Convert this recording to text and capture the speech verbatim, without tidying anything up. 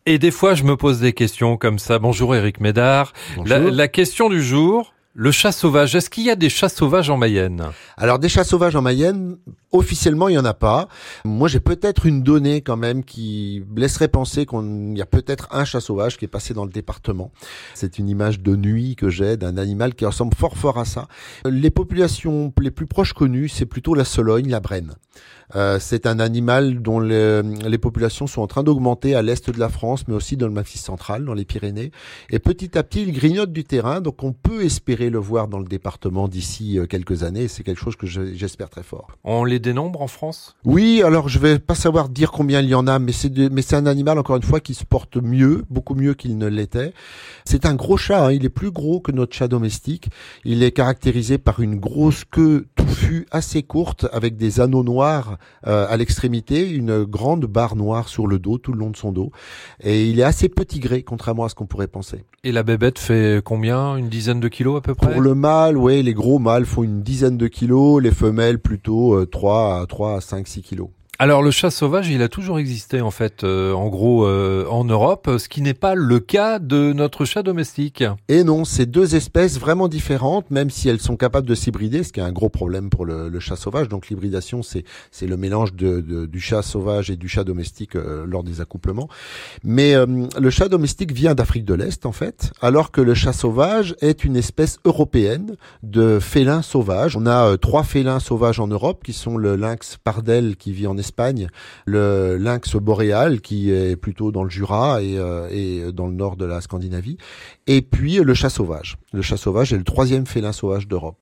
Et des fois, je me pose des questions comme ça. Bonjour Éric Médard. La, la question du jour, le chat sauvage. Est-ce qu'il y a des chats sauvages en Mayenne ? Alors des chats sauvages en Mayenne, officiellement il y en a pas. Moi j'ai peut-être une donnée quand même qui laisserait penser qu'il y a peut-être un chat sauvage qui est passé dans le département. C'est une image de nuit que j'ai d'un animal qui ressemble fort fort à ça. Les populations les plus proches connues, c'est plutôt la Sologne, la Brenne. Euh, c'est un animal dont les, les populations sont en train d'augmenter à l'est de la France, mais aussi dans le Massif central, dans les Pyrénées. Et petit à petit, il grignote du terrain, donc on peut espérer le voir dans le département d'ici quelques années. C'est quelque chose que j'espère très fort. On les dénombre en France ? Oui, alors je vais pas savoir dire combien il y en a, mais c'est de, mais c'est un animal, encore une fois, qui se porte mieux, beaucoup mieux qu'il ne l'était. C'est un gros chat, hein, il est plus gros que notre chat domestique. Il est caractérisé par une grosse queue touffue assez courte, avec des anneaux noirs Euh, à l'extrémité, une grande barre noire sur le dos, tout le long de son dos. Et il est assez petigré, contrairement à ce qu'on pourrait penser. Et la bébête fait combien ? Une dizaine de kilos à peu près ? Pour le mâle, ouais, les gros mâles font une dizaine de kilos, les femelles plutôt euh, trois à cinq, six kilos. Alors le chat sauvage, il a toujours existé en fait, euh, en gros euh, en Europe, ce qui n'est pas le cas de notre chat domestique. Et non, c'est deux espèces vraiment différentes, même si elles sont capables de s'hybrider, ce qui est un gros problème pour le, le chat sauvage. Donc l'hybridation, c'est c'est le mélange de, de, du chat sauvage et du chat domestique euh, lors des accouplements. Mais euh, le chat domestique vient d'Afrique de l'Est en fait, alors que le chat sauvage est une espèce européenne de félin sauvage. On a euh, trois félins sauvages en Europe qui sont le lynx pardel qui vit en Espagne, le lynx boréal qui est plutôt dans le Jura et, euh, et dans le nord de la Scandinavie, et puis le chat sauvage. Le chat sauvage est le troisième félin sauvage d'Europe.